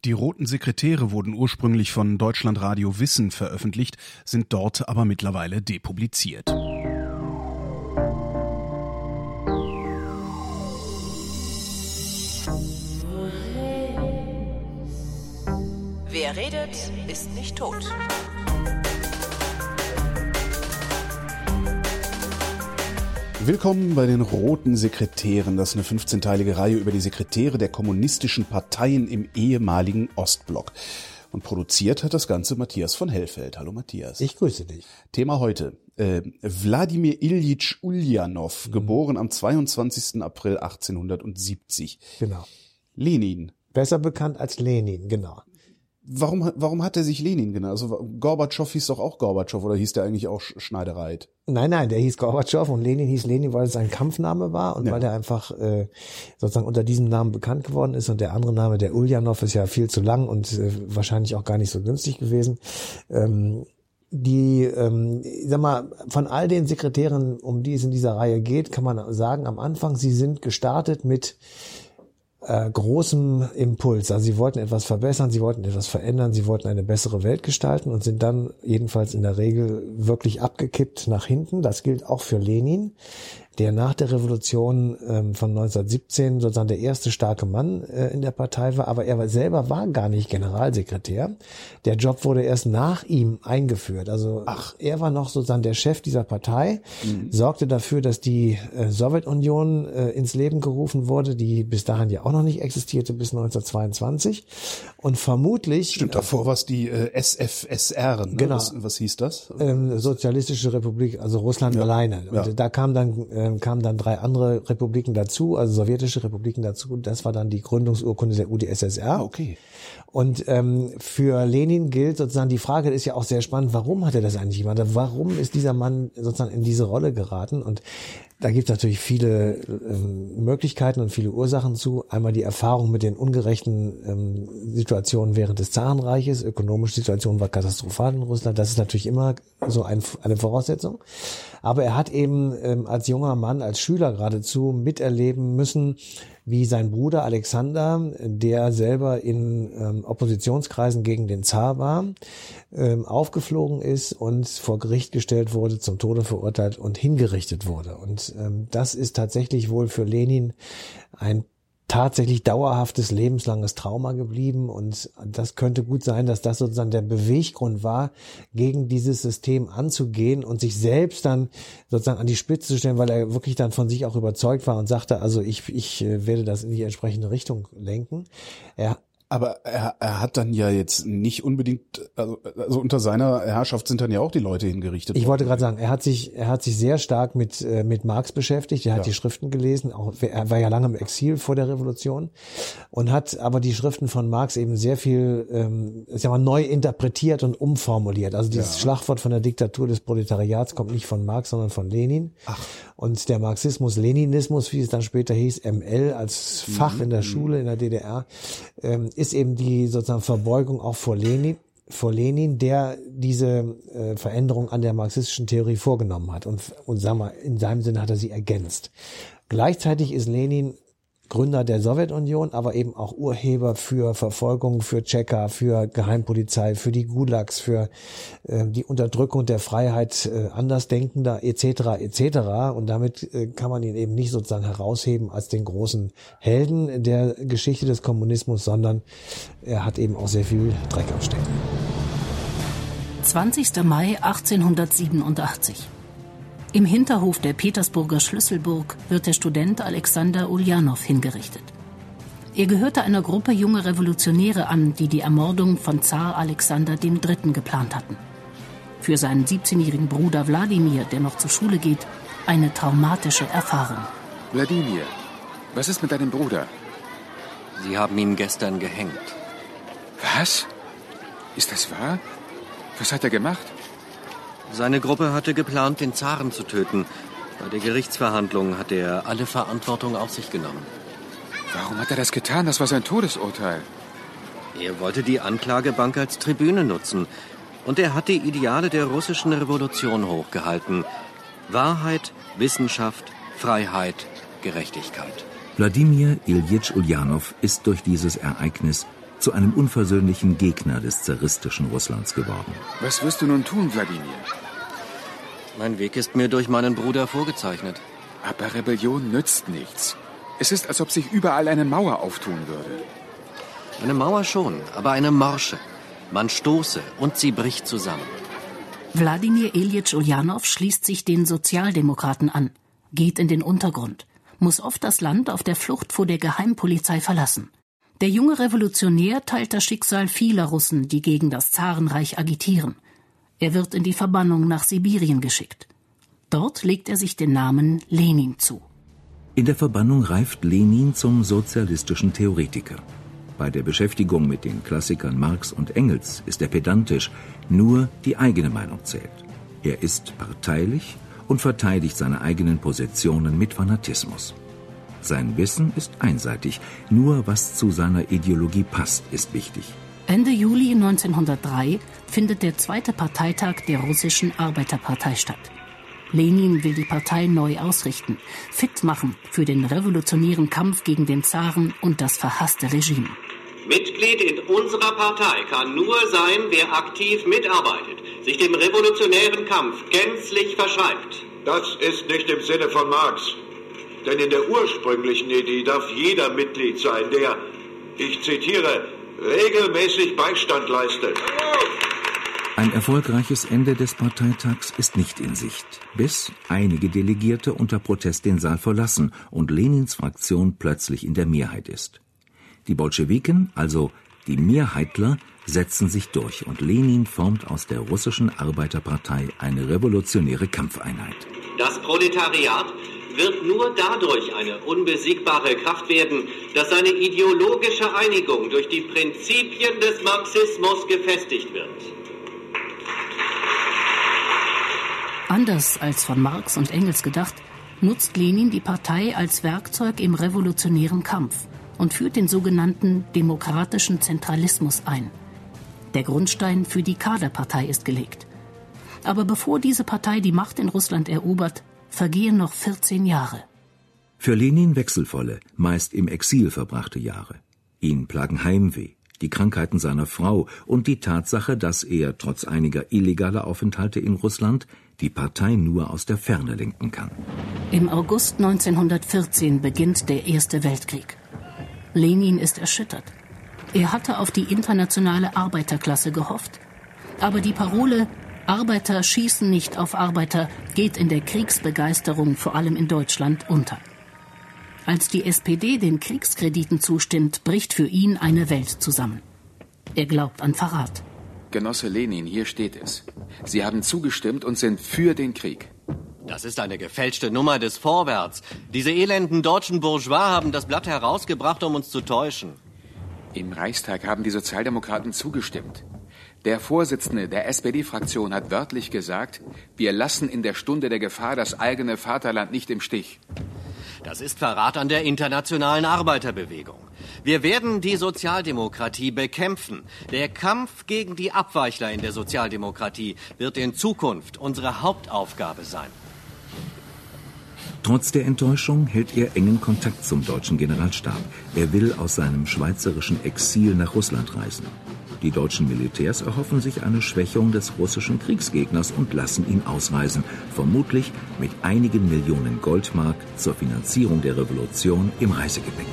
Die Roten Sekretäre wurden ursprünglich von Deutschlandradio Wissen veröffentlicht, sind dort aber mittlerweile depubliziert. Wer redet, ist nicht tot. Willkommen bei den Roten Sekretären. Das ist eine 15-teilige Reihe über die Sekretäre der kommunistischen Parteien im ehemaligen Ostblock. Und produziert hat das Ganze Matthias von Hellfeld. Hallo Matthias. Ich grüße dich. Thema heute. Wladimir Iljitsch Uljanov, geboren am 22. April 1870. Genau. Lenin. Besser bekannt als Lenin, genau. Warum hat er sich Lenin genannt? Also Gorbatschow hieß doch auch Gorbatschow, oder hieß der eigentlich auch Schneidereit? Nein, der hieß Gorbatschow und Lenin hieß Lenin, weil es sein Kampfname war und weil er einfach sozusagen unter diesem Namen bekannt geworden ist. Und der andere Name, der Uljanov, ist ja viel zu lang und wahrscheinlich auch gar nicht so günstig gewesen. Ich sag mal, von all den Sekretären, um die es in dieser Reihe geht, kann man sagen, am Anfang, sie sind gestartet mit großem Impuls. Also sie wollten etwas verbessern, sie wollten etwas verändern, sie wollten eine bessere Welt gestalten und sind dann jedenfalls in der Regel wirklich abgekippt nach hinten. Das gilt auch für Lenin, der nach der Revolution von 1917 sozusagen der erste starke Mann in der Partei war, aber er selber war gar nicht Generalsekretär. Der Job wurde erst nach ihm eingeführt. Also er war noch sozusagen der Chef dieser Partei, sorgte dafür, dass die Sowjetunion ins Leben gerufen wurde, die bis dahin ja auch noch nicht existierte, bis 1922. Und vermutlich... Stimmt, davor war es die SFSR, ne? Genau. Was hieß das? Sozialistische Republik, also Russland alleine. Und da kamen dann 3 andere Republiken dazu, also sowjetische Republiken dazu. Das war dann die Gründungsurkunde der UdSSR. Okay. Und für Lenin gilt sozusagen, die Frage ist ja auch sehr spannend, warum hat er das eigentlich gemacht? Warum ist dieser Mann sozusagen in diese Rolle geraten? Und da gibt es natürlich viele Möglichkeiten und viele Ursachen zu. Einmal die Erfahrung mit den ungerechten Situationen während des Zarenreiches. Ökonomische Situation war katastrophal in Russland. Das ist natürlich immer so eine Voraussetzung. Aber er hat eben als junger Mann, als Schüler geradezu miterleben müssen, wie sein Bruder Alexander, der selber in Oppositionskreisen gegen den Zar war, aufgeflogen ist und vor Gericht gestellt wurde, zum Tode verurteilt und hingerichtet wurde. Und das ist tatsächlich wohl für Lenin ein tatsächlich dauerhaftes, lebenslanges Trauma geblieben und das könnte gut sein, dass das sozusagen der Beweggrund war, gegen dieses System anzugehen und sich selbst dann sozusagen an die Spitze zu stellen, weil er wirklich dann von sich auch überzeugt war und sagte, also ich werde das in die entsprechende Richtung lenken. Aber er hat dann ja jetzt nicht unbedingt, also unter seiner Herrschaft sind dann ja auch die Leute hingerichtet worden. Ich wollte gerade sagen, er hat sich sehr stark mit Marx beschäftigt, er hat die Schriften gelesen, er war ja lange im Exil vor der Revolution und hat aber die Schriften von Marx eben sehr viel neu interpretiert und umformuliert. Also dieses Schlagwort von der Diktatur des Proletariats kommt nicht von Marx, sondern von Lenin. Und der Marxismus, Leninismus, wie es dann später hieß, ML als Fach in der Schule in der DDR, ist eben die sozusagen Verbeugung auch vor Lenin, der diese Veränderung an der marxistischen Theorie vorgenommen hat. Und sagen wir, in seinem Sinne hat er sie ergänzt. Gleichzeitig ist Lenin Gründer der Sowjetunion, aber eben auch Urheber für Verfolgung, für Tscheka, für Geheimpolizei, für die Gulags, für die Unterdrückung der Freiheit Andersdenkender etc. etc. Und damit kann man ihn eben nicht sozusagen herausheben als den großen Helden der Geschichte des Kommunismus, sondern er hat eben auch sehr viel Dreck am Stecken. 20. Mai 1887. Im Hinterhof der Petersburger Schlüsselburg wird der Student Alexander Uljanov hingerichtet. Er gehörte einer Gruppe junger Revolutionäre an, die die Ermordung von Zar Alexander III. Geplant hatten. Für seinen 17-jährigen Bruder Wladimir, der noch zur Schule geht, eine traumatische Erfahrung. Wladimir, was ist mit deinem Bruder? Sie haben ihn gestern gehängt. Was? Ist das wahr? Was hat er gemacht? Seine Gruppe hatte geplant, den Zaren zu töten. Bei der Gerichtsverhandlung hat er alle Verantwortung auf sich genommen. Warum hat er das getan? Das war sein Todesurteil. Er wollte die Anklagebank als Tribüne nutzen. Und er hat die Ideale der russischen Revolution hochgehalten. Wahrheit, Wissenschaft, Freiheit, Gerechtigkeit. Wladimir Iljitsch Uljanov ist durch dieses Ereignis zu einem unversöhnlichen Gegner des zaristischen Russlands geworden. Was wirst du nun tun, Wladimir? Mein Weg ist mir durch meinen Bruder vorgezeichnet. Aber Rebellion nützt nichts. Es ist, als ob sich überall eine Mauer auftun würde. Eine Mauer schon, aber eine morsche. Man stoße und sie bricht zusammen. Wladimir Iljitsch Uljanow schließt sich den Sozialdemokraten an, geht in den Untergrund, muss oft das Land auf der Flucht vor der Geheimpolizei verlassen. Der junge Revolutionär teilt das Schicksal vieler Russen, die gegen das Zarenreich agitieren. Er wird in die Verbannung nach Sibirien geschickt. Dort legt er sich den Namen Lenin zu. In der Verbannung reift Lenin zum sozialistischen Theoretiker. Bei der Beschäftigung mit den Klassikern Marx und Engels ist er pedantisch, nur die eigene Meinung zählt. Er ist parteilich und verteidigt seine eigenen Positionen mit Fanatismus. Sein Wissen ist einseitig, nur was zu seiner Ideologie passt, ist wichtig. Ende Juli 1903 findet der zweite Parteitag der russischen Arbeiterpartei statt. Lenin will die Partei neu ausrichten, fit machen für den revolutionären Kampf gegen den Zaren und das verhasste Regime. Mitglied in unserer Partei kann nur sein, wer aktiv mitarbeitet, sich dem revolutionären Kampf gänzlich verschreibt. Das ist nicht im Sinne von Marx. Denn in der ursprünglichen Idee darf jeder Mitglied sein, der, ich zitiere, regelmäßig Beistand leistet. Ein erfolgreiches Ende des Parteitags ist nicht in Sicht, bis einige Delegierte unter Protest den Saal verlassen und Lenins Fraktion plötzlich in der Mehrheit ist. Die Bolschewiken, also die Mehrheitler, setzen sich durch und Lenin formt aus der russischen Arbeiterpartei eine revolutionäre Kampfeinheit. Das Proletariat wird nur dadurch eine unbesiegbare Kraft werden, dass seine ideologische Einigung durch die Prinzipien des Marxismus gefestigt wird. Anders als von Marx und Engels gedacht, nutzt Lenin die Partei als Werkzeug im revolutionären Kampf und führt den sogenannten demokratischen Zentralismus ein. Der Grundstein für die Kaderpartei ist gelegt. Aber bevor diese Partei die Macht in Russland erobert, vergehen noch 14 Jahre. Für Lenin wechselvolle, meist im Exil verbrachte Jahre. Ihn plagen Heimweh, die Krankheiten seiner Frau und die Tatsache, dass er trotz einiger illegaler Aufenthalte in Russland die Partei nur aus der Ferne lenken kann. Im August 1914 beginnt der Erste Weltkrieg. Lenin ist erschüttert. Er hatte auf die internationale Arbeiterklasse gehofft. Aber die Parole »Arbeiter schießen nicht auf Arbeiter« geht in der Kriegsbegeisterung, vor allem in Deutschland, unter. Als die SPD den Kriegskrediten zustimmt, bricht für ihn eine Welt zusammen. Er glaubt an Verrat. Genosse Lenin, hier steht es. Sie haben zugestimmt und sind für den Krieg. Das ist eine gefälschte Nummer des Vorwärts. Diese elenden deutschen Bourgeois haben das Blatt herausgebracht, um uns zu täuschen. Im Reichstag haben die Sozialdemokraten zugestimmt. Der Vorsitzende der SPD-Fraktion hat wörtlich gesagt, wir lassen in der Stunde der Gefahr das eigene Vaterland nicht im Stich. Das ist Verrat an der internationalen Arbeiterbewegung. Wir werden die Sozialdemokratie bekämpfen. Der Kampf gegen die Abweichler in der Sozialdemokratie wird in Zukunft unsere Hauptaufgabe sein. Trotz der Enttäuschung hält er engen Kontakt zum deutschen Generalstab. Er will aus seinem schweizerischen Exil nach Russland reisen. Die deutschen Militärs erhoffen sich eine Schwächung des russischen Kriegsgegners und lassen ihn ausreisen, vermutlich mit einigen Millionen Goldmark zur Finanzierung der Revolution im Reisegepäck.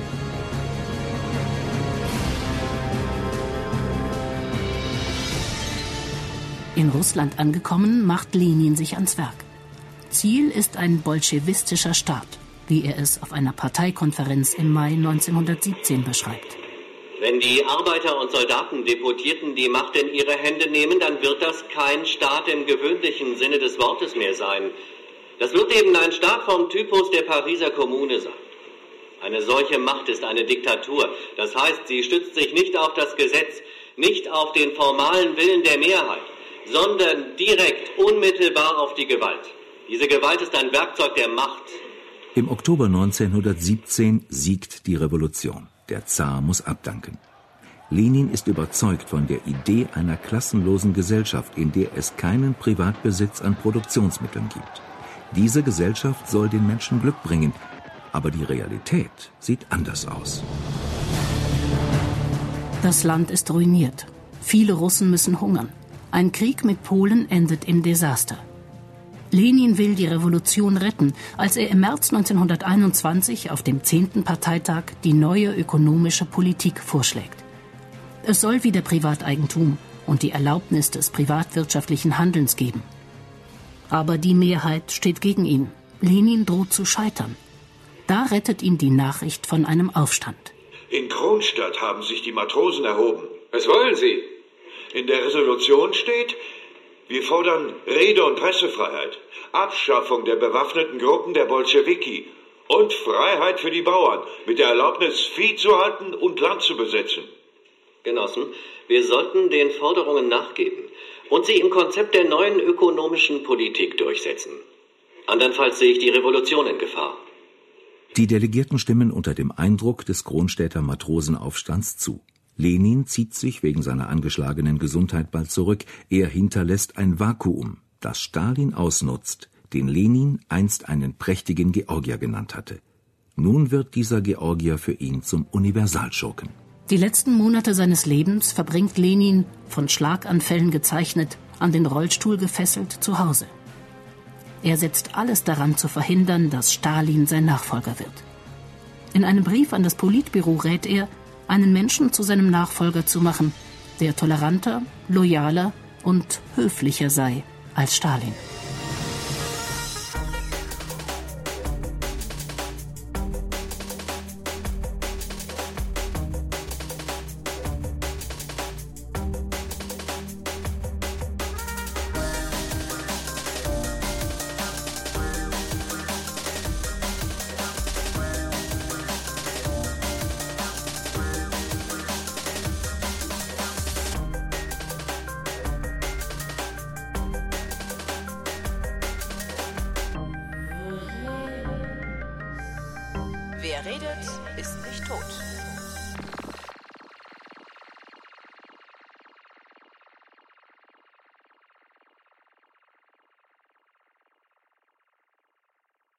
In Russland angekommen, macht Lenin sich ans Werk. Ziel ist ein bolschewistischer Staat, wie er es auf einer Parteikonferenz im Mai 1917 beschreibt. Wenn die Arbeiter und Soldaten Deputierten die Macht in ihre Hände nehmen, dann wird das kein Staat im gewöhnlichen Sinne des Wortes mehr sein. Das wird eben ein Staat vom Typus der Pariser Kommune sein. Eine solche Macht ist eine Diktatur. Das heißt, sie stützt sich nicht auf das Gesetz, nicht auf den formalen Willen der Mehrheit, sondern direkt, unmittelbar auf die Gewalt. Diese Gewalt ist ein Werkzeug der Macht. Im Oktober 1917 siegt die Revolution. Der Zar muss abdanken. Lenin ist überzeugt von der Idee einer klassenlosen Gesellschaft, in der es keinen Privatbesitz an Produktionsmitteln gibt. Diese Gesellschaft soll den Menschen Glück bringen, aber die Realität sieht anders aus. Das Land ist ruiniert. Viele Russen müssen hungern. Ein Krieg mit Polen endet im Desaster. Lenin will die Revolution retten, als er im März 1921 auf dem 10. Parteitag die neue ökonomische Politik vorschlägt. Es soll wieder Privateigentum und die Erlaubnis des privatwirtschaftlichen Handelns geben. Aber die Mehrheit steht gegen ihn. Lenin droht zu scheitern. Da rettet ihn die Nachricht von einem Aufstand. In Kronstadt haben sich die Matrosen erhoben. Was wollen Sie? In der Resolution steht, wir fordern Rede- und Pressefreiheit, Abschaffung der bewaffneten Gruppen der Bolschewiki und Freiheit für die Bauern mit der Erlaubnis, Vieh zu halten und Land zu besetzen. Genossen, wir sollten den Forderungen nachgeben und sie im Konzept der neuen ökonomischen Politik durchsetzen. Andernfalls sehe ich die Revolution in Gefahr. Die Delegierten stimmen unter dem Eindruck des Kronstädter Matrosenaufstands zu. Lenin zieht sich wegen seiner angeschlagenen Gesundheit bald zurück. Er hinterlässt ein Vakuum, das Stalin ausnutzt, den Lenin einst einen prächtigen Georgier genannt hatte. Nun wird dieser Georgier für ihn zum Universalschurken. Die letzten Monate seines Lebens verbringt Lenin, von Schlaganfällen gezeichnet, an den Rollstuhl gefesselt, zu Hause. Er setzt alles daran zu verhindern, dass Stalin sein Nachfolger wird. In einem Brief an das Politbüro rät er, einen Menschen zu seinem Nachfolger zu machen, der toleranter, loyaler und höflicher sei als Stalin. Wer redet, ist nicht tot.